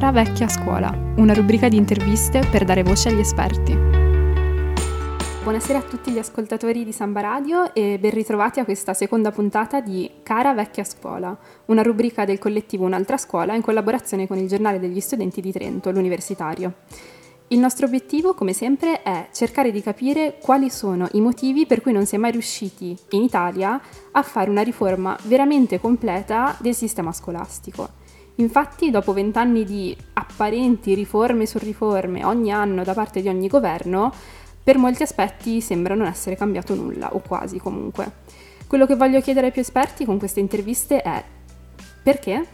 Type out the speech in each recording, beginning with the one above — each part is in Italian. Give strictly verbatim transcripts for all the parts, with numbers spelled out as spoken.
Cara vecchia scuola, una rubrica di interviste per dare voce agli esperti. Buonasera a tutti gli ascoltatori di Samba Radio e ben ritrovati a questa seconda puntata di Cara vecchia scuola, una rubrica del collettivo Un'altra scuola in collaborazione con il Giornale degli Studenti di Trento, l'Universitario. Il nostro obiettivo, come sempre, è cercare di capire quali sono i motivi per cui non si è mai riusciti in Italia a fare una riforma veramente completa del sistema scolastico. Infatti, dopo vent'anni di apparenti riforme su riforme ogni anno da parte di ogni governo, per molti aspetti sembra non essere cambiato nulla, o quasi comunque. Quello che voglio chiedere ai più esperti con queste interviste è: perché?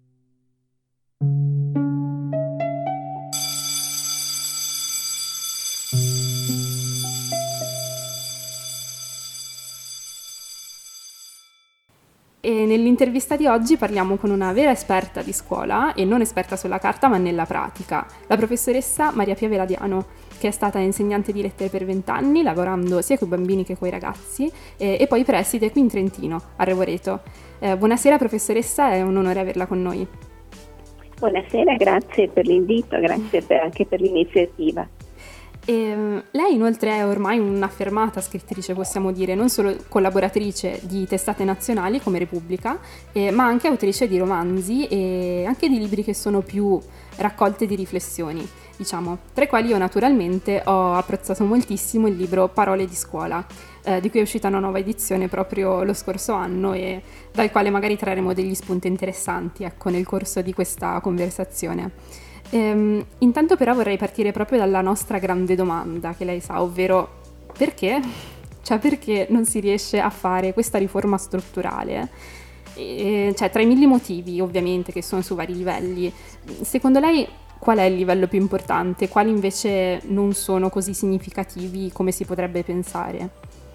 E nell'intervista di oggi parliamo con una vera esperta di scuola, e non esperta sulla carta ma nella pratica, la professoressa Maria Pia Veladiano, che è stata insegnante di lettere per vent'anni, lavorando sia con i bambini che con i ragazzi, e, e poi preside qui in Trentino, a Revoreto. Eh, buonasera professoressa, è un onore averla con noi. Buonasera, grazie per l'invito, grazie per, anche per l'iniziativa. E lei inoltre è ormai un'affermata scrittrice, possiamo dire, non solo collaboratrice di testate nazionali come Repubblica, eh, ma anche autrice di romanzi e anche di libri che sono più raccolte di riflessioni, diciamo, tra i quali io naturalmente ho apprezzato moltissimo il libro Parole di scuola, eh, di cui è uscita una nuova edizione proprio lo scorso anno e dal quale magari trarremo degli spunti interessanti, ecco, nel corso di questa conversazione. Ehm, intanto però vorrei partire proprio dalla nostra grande domanda che lei sa, ovvero perché? Cioè perché non si riesce a fare questa riforma strutturale? E, cioè tra i mille motivi ovviamente che sono su vari livelli, secondo lei qual è il livello più importante? Quali invece non sono così significativi come si potrebbe pensare?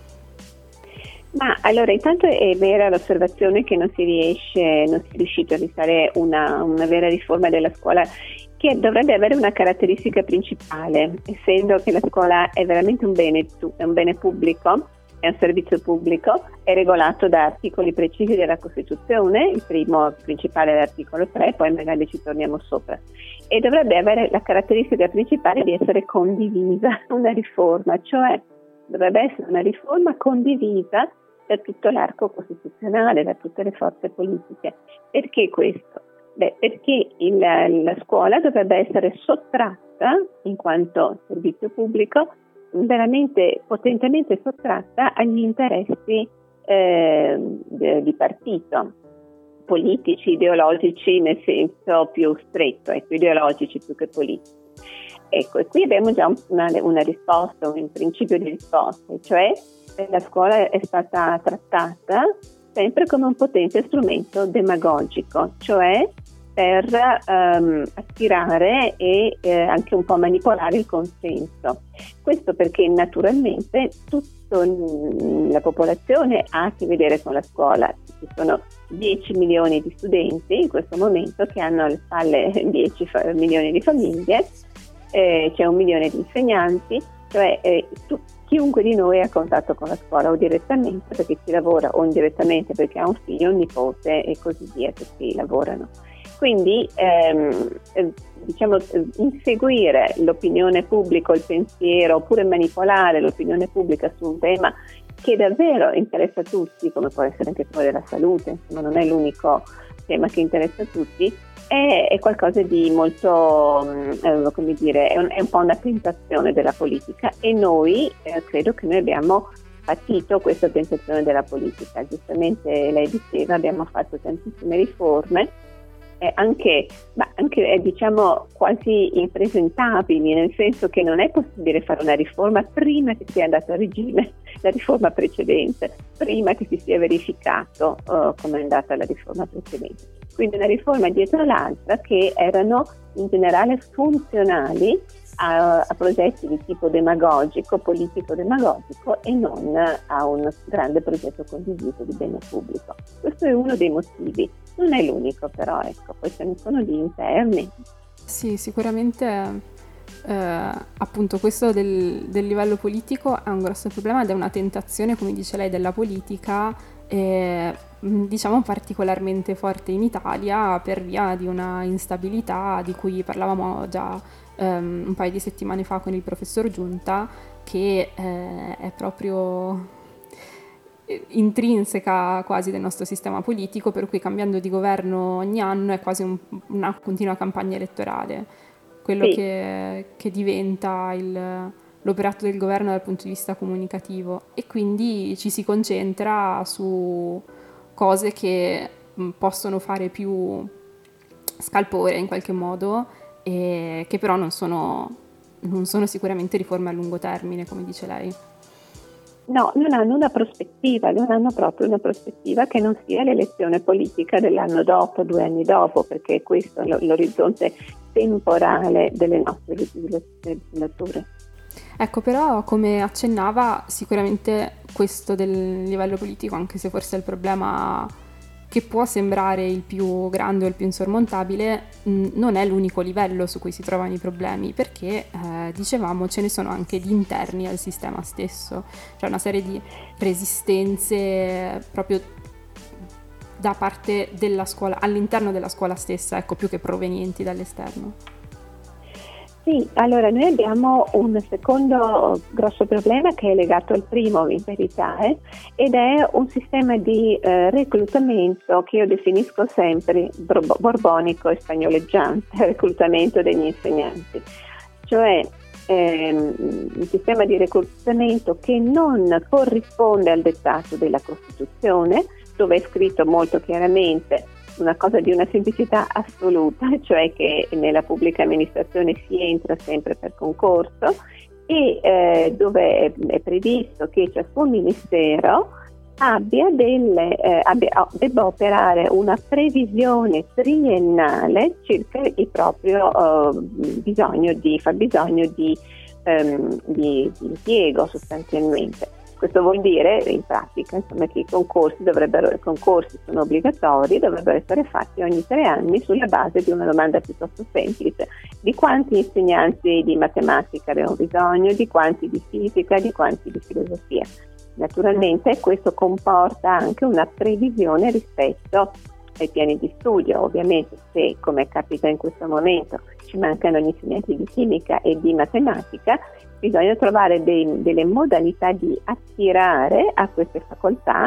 Ma allora intanto è vera l'osservazione che non si riesce, non si è riuscito a fare una, una vera riforma della scuola, che dovrebbe avere una caratteristica principale, essendo che la scuola è veramente un bene, è un bene pubblico, è un servizio pubblico, è regolato da articoli precisi della Costituzione, il primo principale è l'articolo tre, poi magari ci torniamo sopra, e dovrebbe avere la caratteristica principale di essere condivisa, una riforma, cioè dovrebbe essere una riforma condivisa da tutto l'arco costituzionale, da tutte le forze politiche. Perché questo? Beh, perché il, la scuola dovrebbe essere sottratta, in quanto servizio pubblico, veramente potentemente sottratta agli interessi eh, di partito, politici, ideologici nel senso più stretto, ecco, ideologici più che politici. Ecco, e qui abbiamo già una, una risposta, un principio di risposta, cioè la scuola è stata trattata sempre come un potente strumento demagogico, cioè per um, aspirare e eh, anche un po' manipolare il consenso. Questo perché naturalmente tutta la popolazione ha a che vedere con la scuola. Ci sono dieci milioni di studenti in questo momento che hanno alle spalle dieci milioni di famiglie, eh, c'è un milione di insegnanti, cioè eh, tu, chiunque di noi ha contatto con la scuola o direttamente perché ci lavora o indirettamente perché ha un figlio, un nipote e così via che si lavorano. Quindi ehm, diciamo inseguire l'opinione pubblica, il pensiero, oppure manipolare l'opinione pubblica su un tema che davvero interessa a tutti, come può essere anche quello della salute, insomma non è l'unico tema che interessa a tutti, è, è qualcosa di molto, eh, come dire, è un, è un po' una tentazione della politica e noi, eh, credo che noi abbiamo patito questa tentazione della politica. Giustamente lei diceva, abbiamo fatto tantissime riforme, Eh, anche, ma anche eh, diciamo quasi impresentabili, nel senso che non è possibile fare una riforma prima che sia andato a regime la riforma precedente, prima che si sia verificato uh, come è andata la riforma precedente. Quindi una riforma dietro l'altra che erano in generale funzionali a, a progetti di tipo demagogico, politico-demagogico e non a un grande progetto condiviso di bene pubblico. Questo è uno dei motivi. Non è l'unico però, ecco, poi ce ne sono di interni. Sì, sicuramente eh, appunto questo del, del livello politico è un grosso problema ed è una tentazione, come dice lei, della politica e, diciamo particolarmente forte in Italia per via di una instabilità di cui parlavamo già um, un paio di settimane fa con il professor Giunta, che eh, è proprio intrinseca quasi del nostro sistema politico, per cui cambiando di governo ogni anno è quasi un, una continua campagna elettorale, quello sì. che, che diventa il, l'operato del governo dal punto di vista comunicativo, e quindi ci si concentra su cose che mh, possono fare più scalpore in qualche modo, e che però non sono, non sono sicuramente riforme a lungo termine, come dice lei. No, non hanno una prospettiva, non hanno proprio una prospettiva che non sia l'elezione politica dell'anno dopo, due anni dopo, perché questo è l'orizzonte temporale delle nostre legislature. Ecco, però come accennava, sicuramente questo del livello politico, anche se forse è il problema che può sembrare il più grande o il più insormontabile, mh, non è l'unico livello su cui si trovano i problemi, perché eh, dicevamo ce ne sono anche di interni al sistema stesso, cioè una serie di resistenze proprio da parte della scuola, all'interno della scuola stessa, ecco, più che provenienti dall'esterno. Sì, allora noi abbiamo un secondo grosso problema che è legato al primo in verità, eh, ed è un sistema di eh, reclutamento che io definisco sempre borbo- borbonico e spagnoleggiante, reclutamento degli insegnanti, cioè ehm, un sistema di reclutamento che non corrisponde al dettato della Costituzione, dove è scritto molto chiaramente una cosa di una semplicità assoluta, cioè che nella pubblica amministrazione si entra sempre per concorso, e eh, dove è, è previsto che ciascun ministero abbia delle, eh, abbia, debba operare una previsione triennale circa il proprio eh, bisogno di fabbisogno di, ehm, di, di impiego sostanzialmente. Questo vuol dire in pratica insomma, che i concorsi dovrebbero, i concorsi sono obbligatori, dovrebbero essere fatti ogni tre anni sulla base di una domanda piuttosto semplice: di quanti insegnanti di matematica abbiamo bisogno, di quanti di fisica, di quanti di filosofia. Naturalmente questo comporta anche una previsione rispetto ai piani di studio. Ovviamente se, come capita in questo momento, ci mancano gli insegnanti di chimica e di matematica, bisogna trovare dei, delle modalità di attirare a queste facoltà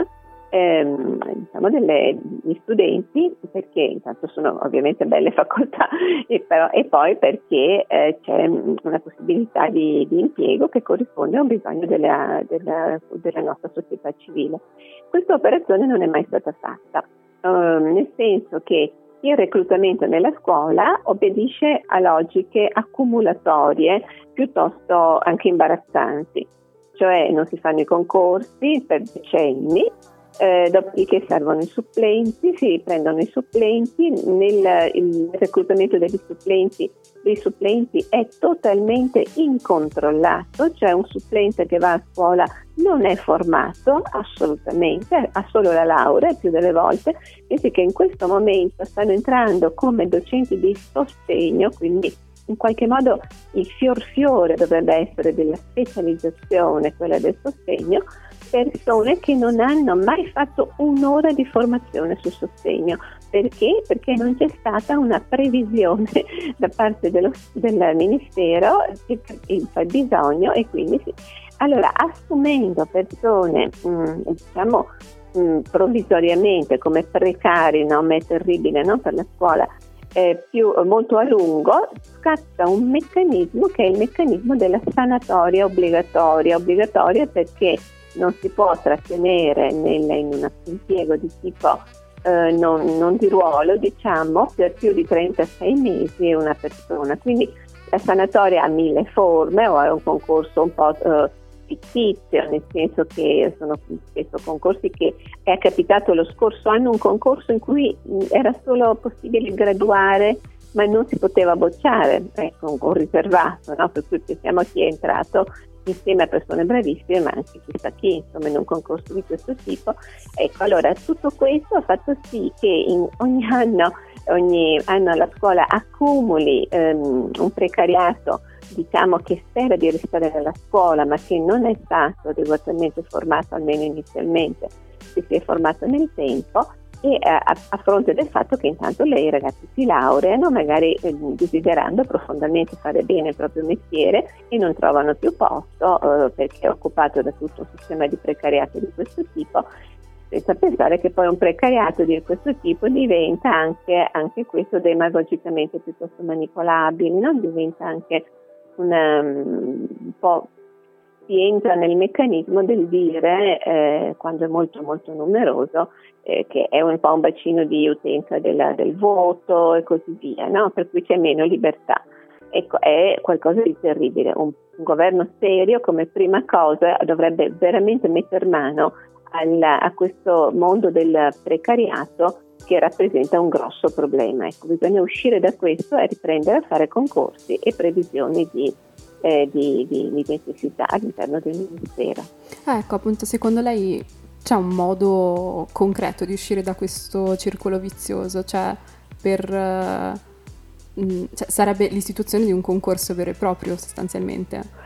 ehm, diciamo delle, gli studenti, perché intanto sono ovviamente belle facoltà e, però, e poi perché eh, c'è una possibilità di, di impiego che corrisponde a un bisogno della, della, della nostra società civile. Questa operazione non è mai stata fatta, uh, nel senso che il reclutamento nella scuola obbedisce a logiche accumulatorie piuttosto anche imbarazzanti, cioè non si fanno i concorsi per decenni, eh, dopodiché servono i supplenti, si prendono i supplenti, nel il reclutamento degli supplenti, dei supplenti è totalmente incontrollato, cioè un supplente che va a scuola non è formato assolutamente, ha solo la laurea più delle volte, pensi che in questo momento stanno entrando come docenti di sostegno, quindi in qualche modo il fior fiore dovrebbe essere della specializzazione, quella del sostegno, persone che non hanno mai fatto un'ora di formazione sul sostegno. Perché? Perché non c'è stata una previsione da parte dello, del Ministero del fabbisogno, e quindi sì. Allora, assumendo persone, mh, diciamo, mh, provvisoriamente come precari, no? Ma è terribile, no? Per la scuola, eh, più, molto a lungo, scatta un meccanismo che è il meccanismo della sanatoria obbligatoria. Obbligatoria perché non si può trattenere nel, in un impiego di tipo eh, non, non di ruolo, diciamo, per più di trentasei mesi una persona. Quindi la sanatoria ha mille forme, o è un concorso un po' eh, fittizio, nel senso che sono spesso concorsi che è capitato lo scorso anno, un concorso in cui era solo possibile graduare ma non si poteva bocciare, ecco, un riservato, no? Per cui pensiamo a chi è entrato insieme a persone bravissime, ma anche chissà chi, insomma, in un concorso di questo tipo. Ecco, allora tutto questo ha fatto sì che in ogni anno, ogni anno la scuola accumuli um, un precariato, diciamo, che spera di restare nella scuola, ma che non è stato adeguatamente formato, almeno inizialmente, si sia formato nel tempo e eh, a, a fronte del fatto che intanto lei i ragazzi si laureano, magari eh, desiderando profondamente fare bene il proprio mestiere e non trovano più posto eh, perché è occupato da tutto un sistema di precariato di questo tipo, senza pensare che poi un precariato di questo tipo diventa anche, anche questo demagogicamente piuttosto manipolabile, non diventa anche una, un po', si entra nel meccanismo del dire, eh, quando è molto molto numeroso, eh, che è un po' un bacino di utenza della, del voto e così via, no? Per cui c'è meno libertà. Ecco, è qualcosa di terribile. Un, un governo serio come prima cosa dovrebbe veramente metter mano al, a questo mondo del precariato che rappresenta un grosso problema. Ecco, bisogna uscire da questo e riprendere a fare concorsi e previsioni di Eh, di, di, di necessità all'interno del Ministero. Ah, ecco, appunto, secondo lei c'è un modo concreto di uscire da questo circolo vizioso? Cioè, per uh, mh, cioè, sarebbe l'istituzione di un concorso vero e proprio, sostanzialmente?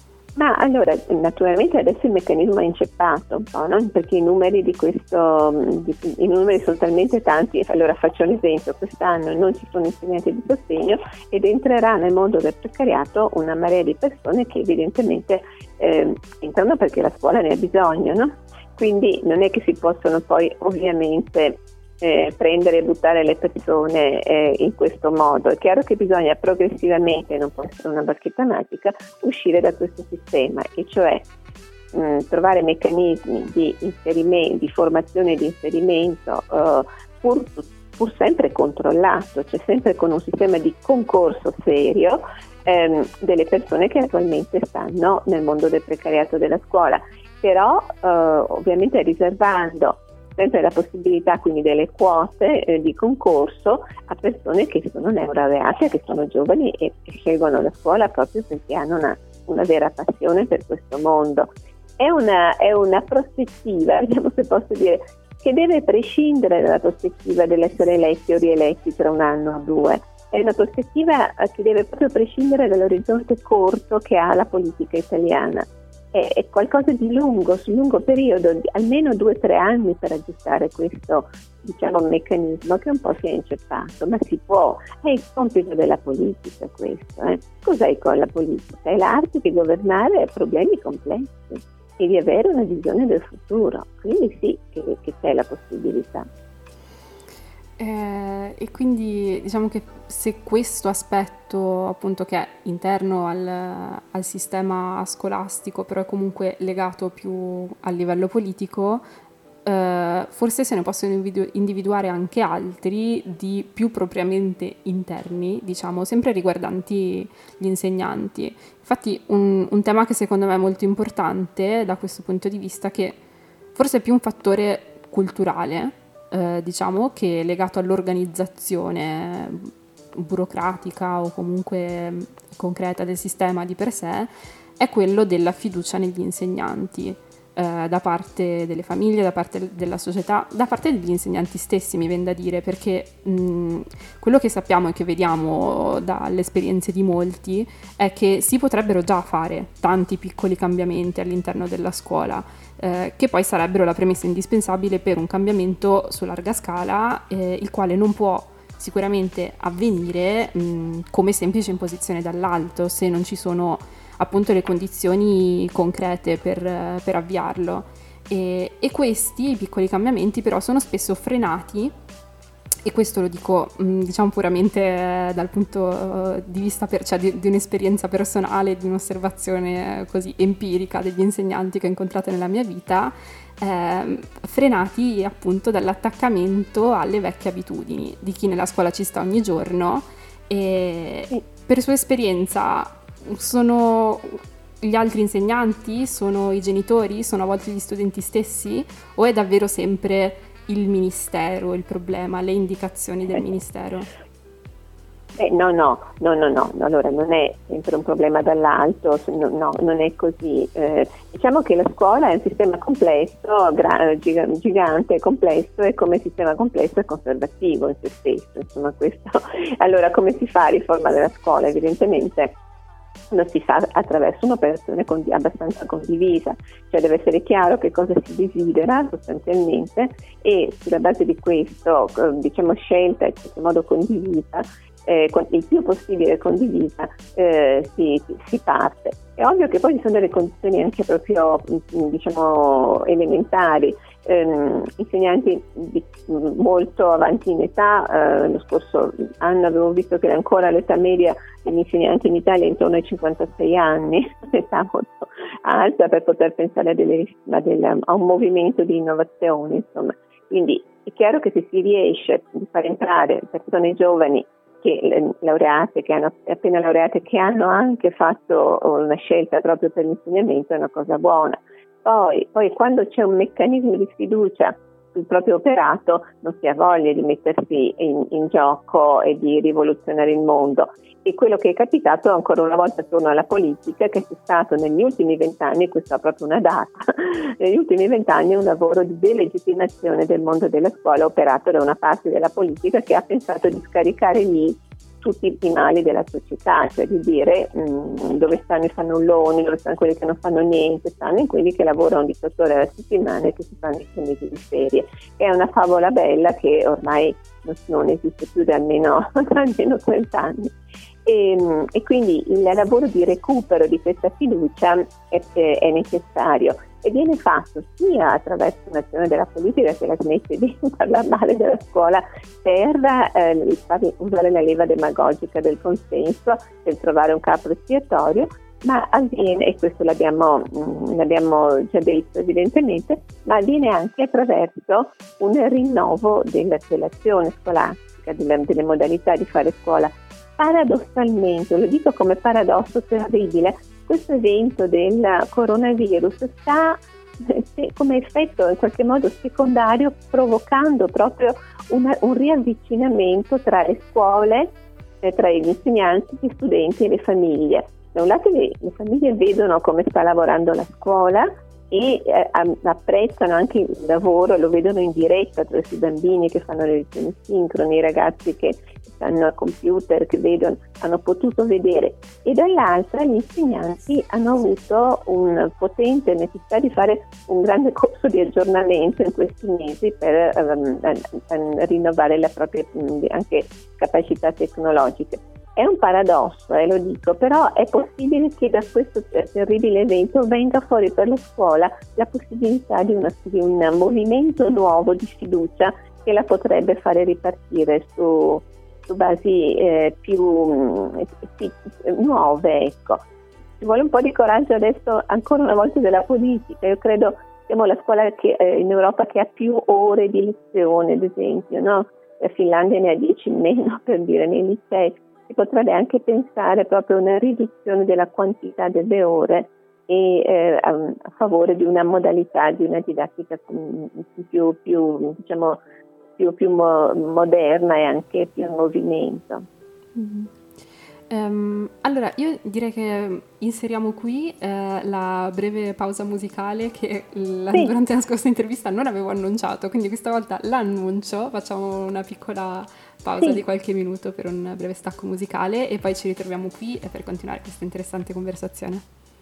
Ma allora, naturalmente adesso il meccanismo è inceppato un po', no? Perché i numeri di questo, di, i numeri sono talmente tanti. Allora faccio un esempio: quest'anno non ci sono insegnanti di sostegno ed entrerà nel mondo del precariato una marea di persone che evidentemente eh, entrano perché la scuola ne ha bisogno, no? Quindi non è che si possono poi ovviamente Eh, prendere e buttare le persone eh, in questo modo. È chiaro che bisogna progressivamente, non può essere una bacchetta magica, uscire da questo sistema, e cioè mh, trovare meccanismi di inserimento, di formazione e di inserimento eh, pur, pur sempre controllato, cioè sempre con un sistema di concorso serio ehm, delle persone che attualmente stanno nel mondo del precariato della scuola, però eh, ovviamente riservando sempre la possibilità quindi delle quote eh, di concorso a persone che sono neolaureate, che sono giovani e che scelgono la scuola proprio perché hanno una, una vera passione per questo mondo. È una, è una prospettiva, vediamo se posso dire, che deve prescindere dalla prospettiva dell'essere eletti o rieletti tra un anno o due. È una prospettiva che deve proprio prescindere dall'orizzonte corto che ha la politica italiana. È qualcosa di lungo, su lungo periodo, di almeno due o tre anni per aggiustare questo, diciamo, meccanismo che un po' si è inceppato, ma si può, è il compito della politica questo. Eh. Cos'è con la politica? È l'arte di governare problemi complessi e di avere una visione del futuro, quindi sì che, che c'è la possibilità. Eh, e quindi diciamo che se questo aspetto appunto che è interno al, al sistema scolastico però è comunque legato più al livello politico, eh, forse se ne possono individu- individuare anche altri di più propriamente interni, diciamo, sempre riguardanti gli insegnanti. Infatti un, un tema che secondo me è molto importante da questo punto di vista, che forse è più un fattore culturale, Eh, diciamo, che è legato all'organizzazione burocratica o comunque concreta del sistema di per sé, è quello della fiducia negli insegnanti, eh, da parte delle famiglie, da parte della società, da parte degli insegnanti stessi, mi viene da dire, perché mh, quello che sappiamo e che vediamo dalle esperienze di molti è che si potrebbero già fare tanti piccoli cambiamenti all'interno della scuola, Eh, che poi sarebbero la premessa indispensabile per un cambiamento su larga scala, eh, il quale non può sicuramente avvenire mh, come semplice imposizione dall'alto, se non ci sono appunto le condizioni concrete per, per avviarlo. E, e questi piccoli cambiamenti però sono spesso frenati, e questo lo dico mh, diciamo puramente eh, dal punto uh, di vista per, cioè di, di un'esperienza personale, di un'osservazione eh, così empirica degli insegnanti che ho incontrato nella mia vita, eh, frenati appunto dall'attaccamento alle vecchie abitudini di chi nella scuola ci sta ogni giorno. E per sua esperienza sono gli altri insegnanti, sono i genitori, sono a volte gli studenti stessi, o è davvero sempre il ministero il problema, le indicazioni del ministero? Eh, no, no, no, no, no, allora non è sempre un problema dall'alto, no, no, non è così. Eh, diciamo che la scuola è un sistema complesso, gra- gigante, complesso, e come sistema complesso è conservativo in se stesso, insomma questo. Allora come si fa a riforma della scuola? Evidentemente lo si fa attraverso un'operazione condi- abbastanza condivisa, cioè deve essere chiaro che cosa si desidera sostanzialmente e sulla base di questo, eh, diciamo scelta in questo modo condivisa, eh, il più possibile condivisa, eh, si, si parte. È ovvio che poi ci sono delle condizioni anche proprio diciamo elementari. Eh, insegnanti di, molto avanti in età, eh, lo scorso anno avevo visto che ancora l'età media degli insegnanti in Italia è intorno ai cinquantasei anni, un'età molto alta per poter pensare a, delle, a, delle, a un movimento di innovazione, insomma. Quindi è chiaro che se si riesce a far entrare persone giovani che laureate, che hanno appena laureate, che hanno anche fatto una scelta proprio per l'insegnamento, è una cosa buona. Poi, poi quando c'è un meccanismo di fiducia sul proprio operato non si ha voglia di mettersi in, in gioco e di rivoluzionare il mondo. E quello che è capitato, ancora una volta torno alla politica, che c'è stato negli ultimi vent'anni, questa è proprio una data, negli ultimi vent'anni un lavoro di delegittimazione del mondo della scuola operato da una parte della politica che ha pensato di scaricare lì tutti i mali della società, cioè di dire mh, dove stanno i fannulloni, dove stanno quelli che non fanno niente, stanno in quelli che lavorano diciotto ore alla settimana e che si fanno i sei mesi di ferie. È una favola bella che ormai non, non esiste più da almeno, da almeno trenta anni. E, e quindi il lavoro di recupero di questa fiducia è, è necessario e viene fatto sia attraverso un'azione della politica che la smette di parlare male della scuola per eh, usare la leva demagogica del consenso, per trovare un capro espiatorio, ma avviene, e questo l'abbiamo, mh, l'abbiamo già detto evidentemente, ma avviene anche attraverso un rinnovo della, dell'azione scolastica, delle, delle modalità di fare scuola. Paradossalmente, lo dico come paradosso terribile, questo evento del coronavirus sta come effetto in qualche modo secondario provocando proprio una, un riavvicinamento tra le scuole, eh, tra gli insegnanti, gli studenti e le famiglie. Da un lato le, le famiglie vedono come sta lavorando la scuola e eh, apprezzano anche il lavoro, lo vedono in diretta attraverso i bambini che fanno le lezioni sincrone, i ragazzi che stanno al computer, che vedono, hanno potuto vedere, e dall'altra gli insegnanti hanno avuto un potente necessità di fare un grande corso di aggiornamento in questi mesi per um, um, rinnovare le proprie um, anche capacità tecnologiche. È un paradosso, eh, lo dico, però è possibile che da questo terribile evento venga fuori per la scuola la possibilità di, una, di un movimento nuovo di fiducia che la potrebbe fare ripartire su, su basi eh, più eh, nuove. Ecco. Ci vuole un po' di coraggio adesso, ancora una volta, della politica. Io credo che siamo la scuola che, eh, in Europa che ha più ore di lezione, ad esempio, no? La Finlandia ne ha dieci in meno, per dire, nei licei. Si potrebbe anche pensare proprio a una riduzione della quantità delle ore e eh, a, a favore di una modalità, di una didattica più, più, diciamo, più, più mo- moderna e anche più in movimento. Mm-hmm. Um, allora, io direi che inseriamo qui eh, la breve pausa musicale che la, sì. durante la scorsa intervista non avevo annunciato, quindi questa volta l'annuncio, facciamo una piccola pausa sì. di qualche minuto per un breve stacco musicale e poi ci ritroviamo qui per continuare questa interessante conversazione.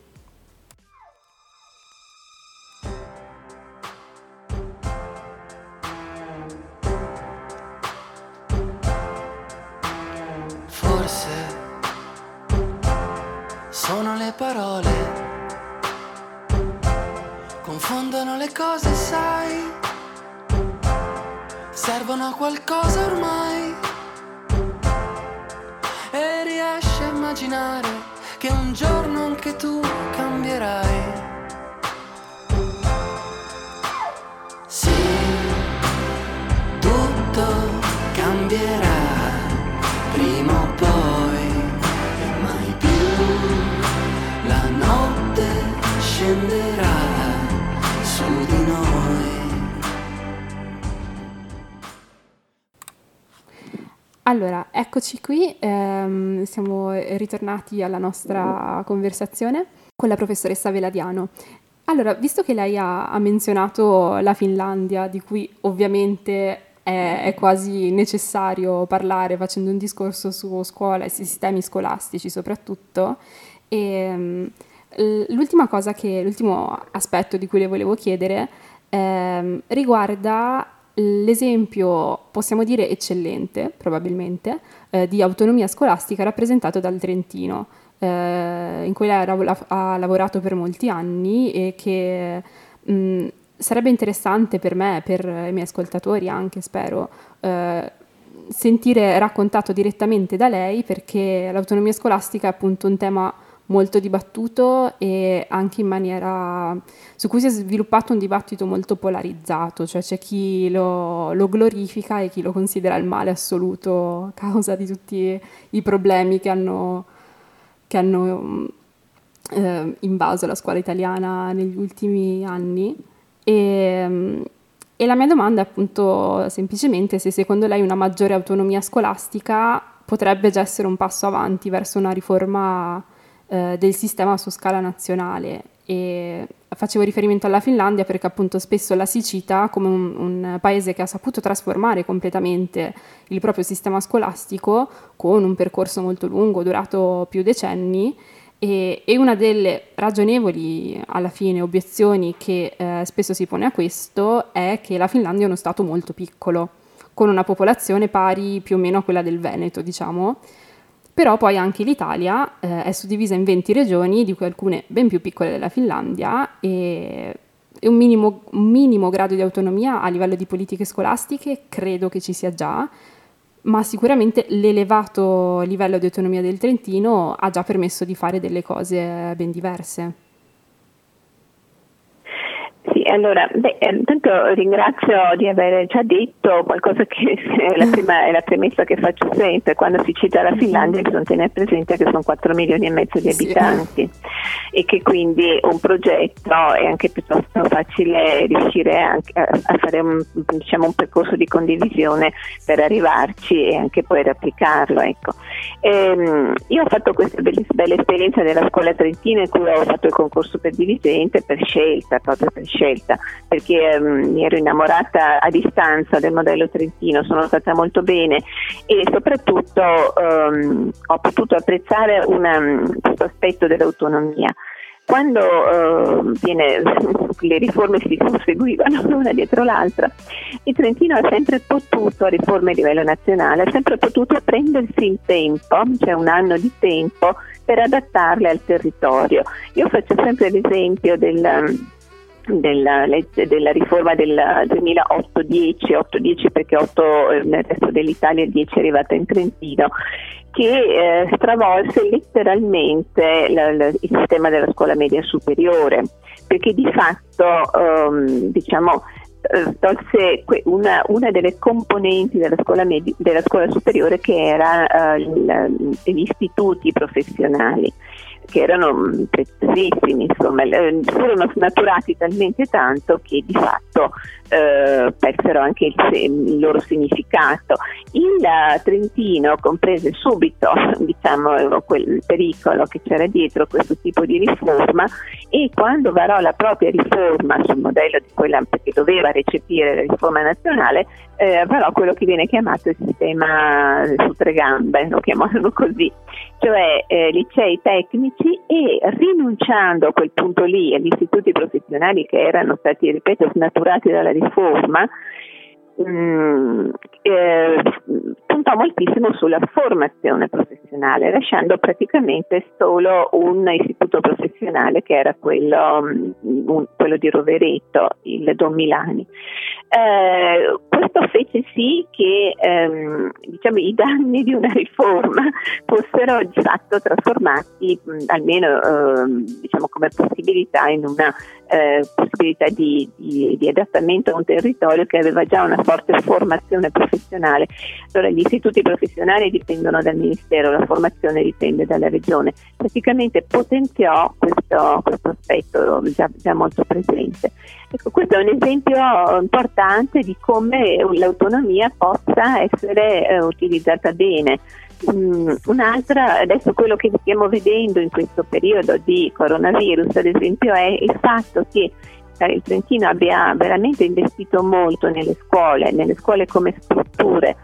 Sono le parole, confondono le cose, sai, servono a qualcosa ormai. E riesci a immaginare che un giorno anche tu cambierai. Sì, tutto cambierà prima o poi. Scenderà su di noi. Allora, eccoci qui, ehm, siamo ritornati alla nostra conversazione con la professoressa Veladiano. Allora, visto che lei ha, ha menzionato la Finlandia, di cui ovviamente è, è quasi necessario parlare facendo un discorso su scuola e sistemi scolastici soprattutto, E, l'ultima cosa che, l'ultimo aspetto di cui le volevo chiedere eh, riguarda l'esempio, possiamo dire eccellente, probabilmente, eh, di autonomia scolastica rappresentato dal Trentino, eh, in cui lei ha, ha lavorato per molti anni e che mh, sarebbe interessante per me, per i miei ascoltatori anche, spero, eh, sentire raccontato direttamente da lei, perché l'autonomia scolastica è appunto un tema molto dibattuto e anche in maniera su cui si è sviluppato un dibattito molto polarizzato, cioè c'è chi lo, lo glorifica e chi lo considera il male assoluto a causa di tutti i problemi che hanno, che hanno eh, invaso la scuola italiana negli ultimi anni. E, e la mia domanda è appunto semplicemente se secondo lei una maggiore autonomia scolastica potrebbe già essere un passo avanti verso una riforma eh, del sistema su scala nazionale. E facevo riferimento alla Finlandia perché appunto spesso la si cita come un, un paese che ha saputo trasformare completamente il proprio sistema scolastico con un percorso molto lungo, durato più decenni. E, e una delle ragionevoli, alla fine, obiezioni che eh, spesso si pone a questo è che la Finlandia è uno stato molto piccolo, con una popolazione pari più o meno a quella del Veneto, diciamo. Però poi anche l'Italia eh, è suddivisa in venti regioni, di cui alcune ben più piccole della Finlandia, e, e un minimo, un minimo grado di autonomia a livello di politiche scolastiche credo che ci sia già, ma sicuramente l'elevato livello di autonomia del Trentino ha già permesso di fare delle cose ben diverse. Sì, allora, beh, intanto ringrazio di aver già detto qualcosa che è la, prima, è la premessa che faccio sempre. Quando si cita la Finlandia bisogna tenere presente che sono quattro milioni e mezzo di abitanti, sì, e che quindi un progetto è anche piuttosto facile riuscire anche a fare un, diciamo, un percorso di condivisione per arrivarci e anche poi applicarlo. Ecco. Ehm, io ho fatto questa bella esperienza della scuola trentina in cui ho fatto il concorso per dirigente per scelta, proprio per scelta, perché um, mi ero innamorata a distanza del modello trentino, sono stata molto bene e soprattutto um, ho potuto apprezzare una, questo aspetto dell'autonomia. Quando uh, viene, le riforme si susseguivano l'una dietro l'altra, il Trentino ha sempre potuto, riforme a livello nazionale, ha sempre potuto prendersi il tempo, cioè un anno di tempo, per adattarle al territorio. Io faccio sempre l'esempio del Della, legge, della riforma del duemilaotto dieci, otto dieci perché otto nel resto dell'Italia, dieci è arrivata in Trentino, che eh, stravolse letteralmente la, la, il sistema della scuola media superiore, perché di fatto um, diciamo tolse una, una delle componenti della scuola, medi- della scuola superiore, che era uh, gli istituti professionali, che erano preziosissimi, insomma, furono snaturati talmente tanto che di fatto eh, persero anche il, il loro significato. Il Trentino comprese subito, diciamo, quel pericolo che c'era dietro questo tipo di riforma, e quando varò la propria riforma sul modello di quella, perché doveva recepire la riforma nazionale, eh, varò quello che viene chiamato il sistema su tre gambe, lo chiamavano così, cioè eh, licei tecnici, e rinunciando a quel punto lì agli istituti professionali che erano stati, ripeto, snaturati dalla riforma, mh, eh, puntò moltissimo sulla formazione professionale, lasciando praticamente solo un istituto professionale che era quello, mh, quello di Rovereto, il Don Milani. Eh, questo fece sì che ehm, diciamo, i danni di una riforma fossero di fatto trasformati, mh, almeno ehm, diciamo come possibilità, in una eh, possibilità di, di, di adattamento a un territorio che aveva già una forte formazione professionale. Allora, gli istituti professionali dipendono dal Ministero, la formazione dipende dalla Regione. Praticamente potenziò questo, questo aspetto già, già molto presente. Ecco, questo è un esempio importante di come l'autonomia possa essere eh, utilizzata bene. Um, un'altra, adesso quello che stiamo vedendo in questo periodo di coronavirus, ad esempio, è il fatto che il Trentino abbia veramente investito molto nelle scuole, nelle scuole come strutture, che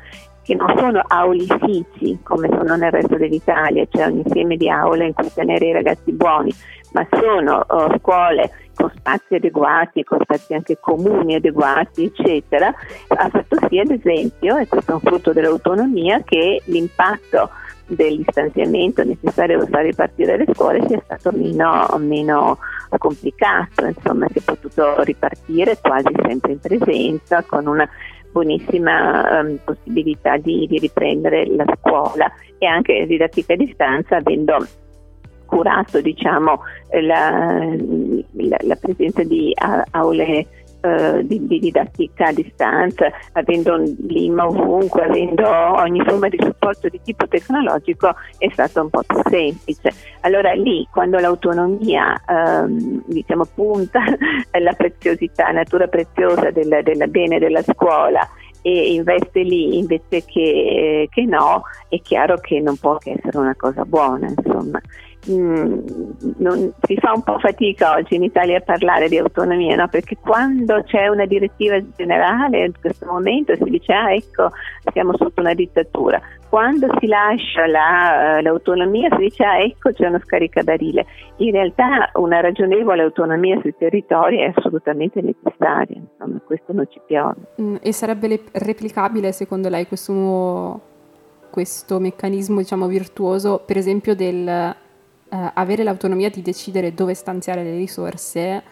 che non sono aulifici come sono nel resto dell'Italia, cioè un insieme di aule in cui tenere i ragazzi buoni, ma sono uh, scuole con spazi adeguati, con spazi anche comuni adeguati, eccetera, ha fatto sì, ad esempio, e questo è un frutto dell'autonomia, che l'impatto del distanziamento necessario per far ripartire le scuole sia stato meno, meno complicato, insomma si è potuto ripartire quasi sempre in presenza, con una buonissima um, possibilità di, di riprendere la scuola, e anche didattica a distanza, avendo curato, diciamo, la, la, la presenza di a, aule uh, di, di didattica a distanza, avendo l'I M A ovunque, avendo ogni forma di supporto di tipo tecnologico, è stato un po' più semplice. Allora lì, quando l'autonomia um, diciamo punta alla preziosità, natura preziosa del, del bene della scuola, e investe lì invece che, che no, è chiaro che non può che essere una cosa buona, insomma. Mm, non, si fa un po' fatica oggi in Italia a parlare di autonomia, no? Perché quando c'è una direttiva generale in questo momento si dice ah ecco siamo sotto una dittatura, quando si lascia la, l'autonomia si dice ah ecco c'è uno scaricabarile. In realtà una ragionevole autonomia sui territori è assolutamente necessaria, insomma, questo non ci piove. Mm, e sarebbe le- replicabile secondo lei questo nuovo, questo meccanismo, diciamo, virtuoso, per esempio del Uh, avere l'autonomia di decidere dove stanziare le risorse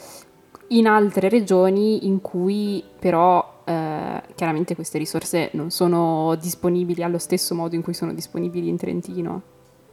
in altre regioni in cui però uh, chiaramente queste risorse non sono disponibili allo stesso modo in cui sono disponibili in Trentino?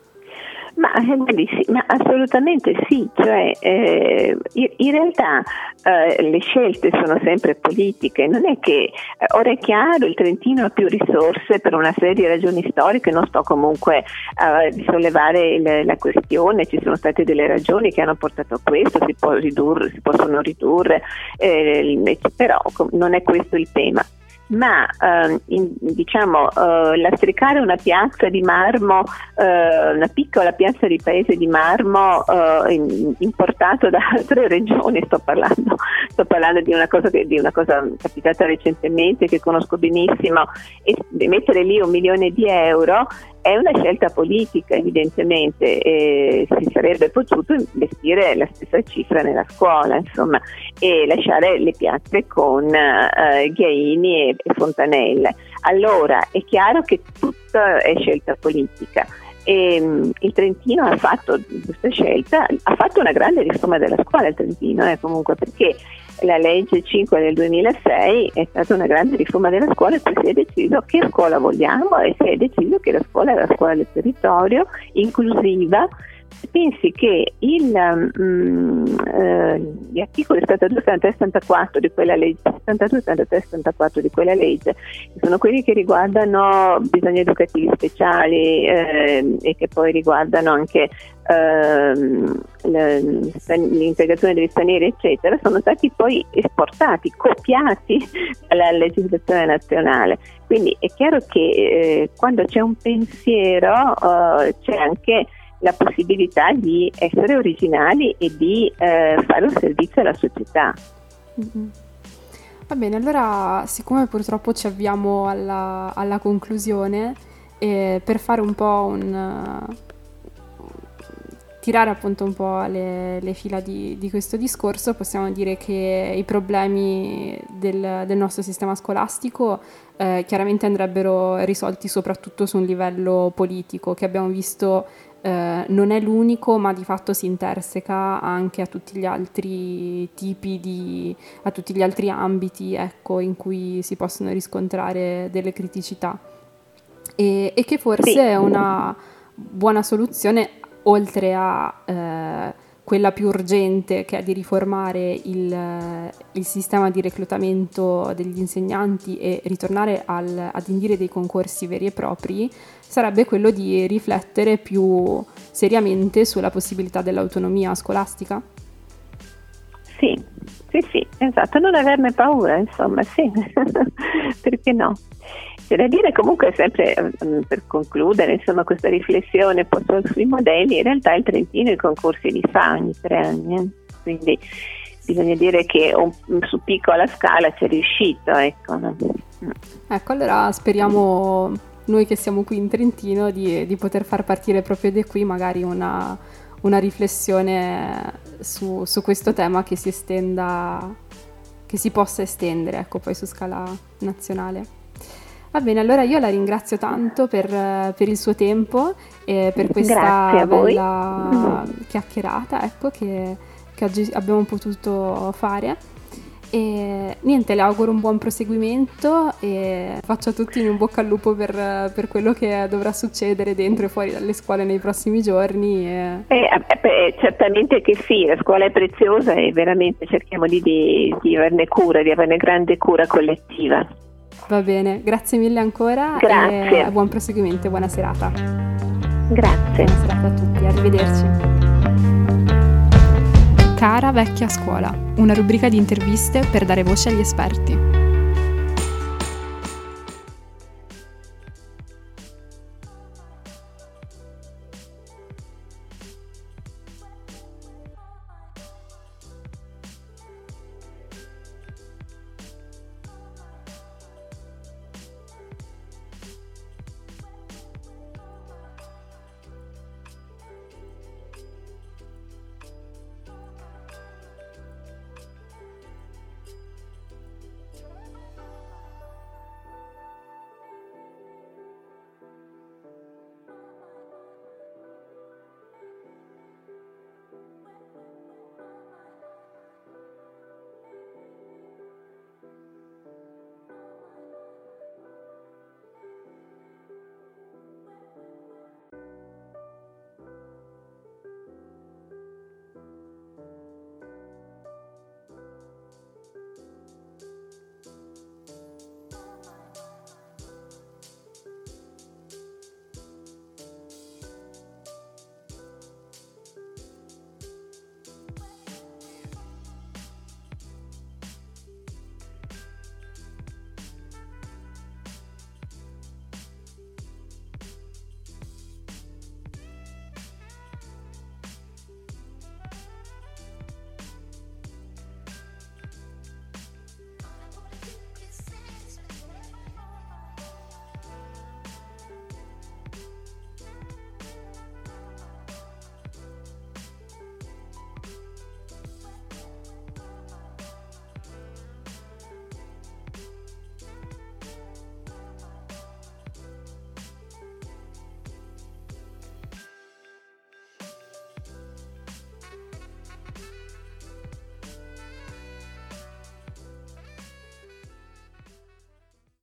Ma, eh, sì, ma assolutamente sì, cioè eh, in, in realtà eh, le scelte sono sempre politiche, non è che eh, ora è chiaro il Trentino ha più risorse per una serie di ragioni storiche, non sto comunque a eh, sollevare il, la questione, ci sono state delle ragioni che hanno portato a questo, si può ridurre, si possono ridurre, eh, però non è questo il tema. Ma eh, in, diciamo eh, lastricare una piazza di marmo, eh, una piccola piazza di paese di marmo eh, in, importato da altre regioni, sto parlando sto parlando di una cosa che, di una cosa capitata recentemente che conosco benissimo, e mettere lì un milione di euro è una scelta politica, evidentemente, e si sarebbe potuto investire la stessa cifra nella scuola, insomma, e lasciare le piazze con uh, ghiaini e, e fontanelle. Allora è chiaro che tutto è scelta politica. E, um, il Trentino ha fatto questa scelta, ha fatto una grande riforma della scuola il Trentino, eh, comunque, perché la legge cinque del duemilasei è stata una grande riforma della scuola, e poi si è deciso che scuola vogliamo, e si è deciso che la scuola è la scuola del territorio, inclusiva. Pensi che il, um, eh, gli articoli settantadue, settantatré, settantaquattro di quella legge, settantadue, settantatré, settantaquattro di quella legge, sono quelli che riguardano bisogni educativi speciali eh, e che poi riguardano anche eh, l'integrazione degli stranieri, eccetera, sono stati poi esportati, copiati dalla legislazione nazionale. Quindi è chiaro che eh, quando c'è un pensiero eh, c'è anche la possibilità di essere originali e di eh, fare un servizio alla società. Mm-hmm. Va bene, allora siccome purtroppo ci avviamo alla, alla conclusione, eh, per fare un po' un uh, tirare appunto un po' le, le fila di, di questo discorso, possiamo dire che i problemi del, del nostro sistema scolastico eh, chiaramente andrebbero risolti soprattutto su un livello politico, che abbiamo visto Eh, non è l'unico, ma di fatto si interseca anche a tutti gli altri tipi di, a tutti gli altri ambiti, ecco, in cui si possono riscontrare delle criticità, e, e che forse sì. è una buona soluzione, oltre a eh, quella più urgente, che è di riformare il, il sistema di reclutamento degli insegnanti e ritornare al, ad indire dei concorsi veri e propri, sarebbe quello di riflettere più seriamente sulla possibilità dell'autonomia scolastica? Sì, sì, sì, esatto, non averne paura, insomma, sì, perché no? C'è da dire comunque sempre, per concludere, insomma, questa riflessione sui modelli, in realtà il Trentino i concorsi li fa ogni tre anni, eh? Quindi bisogna dire che un, su piccola scala c'è riuscito, ecco, no? Ecco, allora speriamo noi che siamo qui in Trentino di, di poter far partire proprio da qui magari una, una riflessione su, su questo tema che si estenda, che si possa estendere, ecco, poi su scala nazionale. Va bene, allora io la ringrazio tanto per, per il suo tempo e per questa bella chiacchierata, ecco, che, che oggi abbiamo potuto fare. E niente, le auguro un buon proseguimento e faccio a tutti un bocca al lupo per, per quello che dovrà succedere dentro e fuori dalle scuole nei prossimi giorni. E... Eh, beh, certamente che sì, la scuola è preziosa e veramente cerchiamo di, di, di averne cura, di averne grande cura collettiva. Va bene, grazie mille ancora. Grazie. E buon proseguimento e buona serata. Grazie. Buona serata a tutti, arrivederci. Cara vecchia scuola, una rubrica di interviste per dare voce agli esperti.